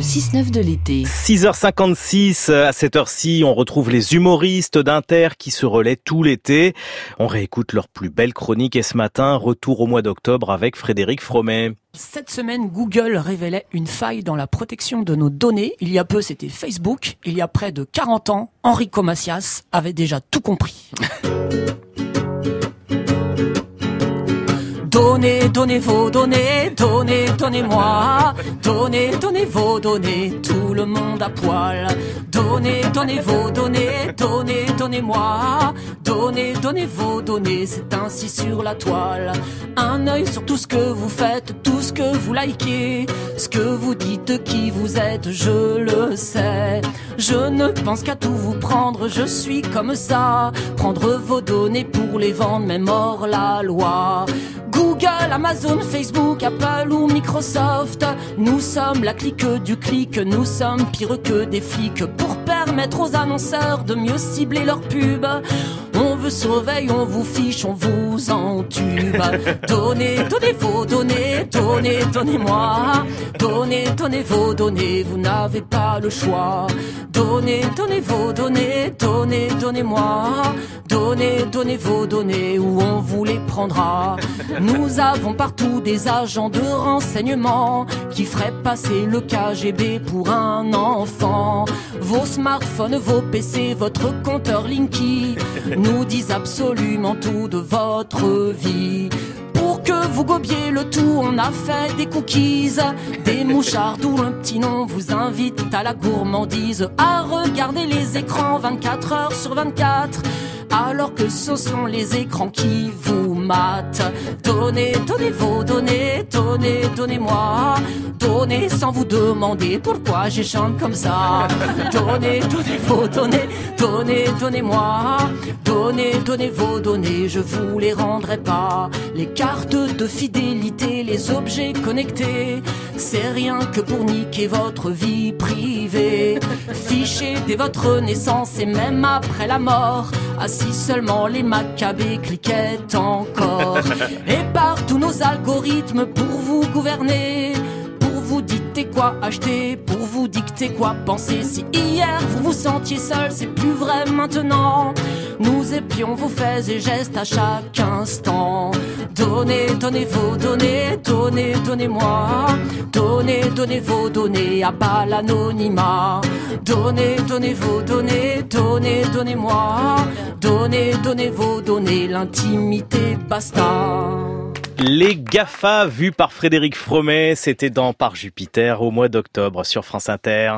le 6-9 de l'été. 6h56, à cette heure-ci, on retrouve les humoristes d'Inter qui se relaient tout l'été. On réécoute leurs plus belles chroniques et ce matin, retour au mois d'octobre avec Frédéric Fromet. Cette semaine, Google révélait une faille dans la protection de nos données. Il y a peu, c'était Facebook. Il y a près de 40 ans, Enrico Macias avait déjà tout compris. Donnez vos données, donnez-moi. Donnez vos données, tout le monde à poil. Donnez vos données, donnez-moi. Donnez vos données, c'est ainsi sur la toile. Un œil sur tout ce que vous faites, tout ce que vous likez. Ce que vous dites, qui vous êtes, je le sais. Je ne pense qu'à tout vous prendre, je suis comme ça. Prendre vos données pour les vendre, même hors la loi. Google, Amazon, Facebook, Apple ou Microsoft, nous sommes la clique du clic, nous sommes pire que des flics. Pour permettre aux annonceurs de mieux cibler leurs pubs, on veut sauver, on vous fiche, on vous entube. Donnez vos données, donnez-moi. Donnez vos données, vous n'avez pas le choix. Donnez vos données, donnez-moi. Donnez vos données, où on vous les prendra. Nous avons partout des agents de renseignement qui feraient passer le KGB pour un enfant. Vos smartphones, vos PC, votre compteur Linky nous disent absolument tout de votre vie. Pour que vous gobiez le tout, on a fait des cookies, des mouchards d'où un petit nom vous invite à la gourmandise, à regarder les écrans 24 heures sur 24, alors que ce sont les écrans qui vous matent. Donnez vos données, donnez-moi. Donnez sans vous demander pourquoi je chante comme ça. Donnez vos données, donnez-moi. Donnez vos données, je vous les rendrai pas. Les cartes de fidélité, les objets connectés, c'est rien que pour niquer votre vie privée. Fichez dès votre naissance et même après la mort, si seulement les Maccabées cliquaient encore. Et par tous nos algorithmes pour vous gouverner, pour vous dicter quoi acheter, pour vous dicter quoi penser. Si hier vous vous sentiez seul, c'est plus vrai maintenant. Nous épions vos faits et gestes à chaque instant. Donnez vos données, donnez-moi. Donnez vos données, à bas l'anonymat. Donnez vos données, donnez-moi. Donnez vos données, l'intimité basta. Les GAFA vus par Frédéric Fromet, c'était dans Par Jupiter au mois d'octobre sur France Inter.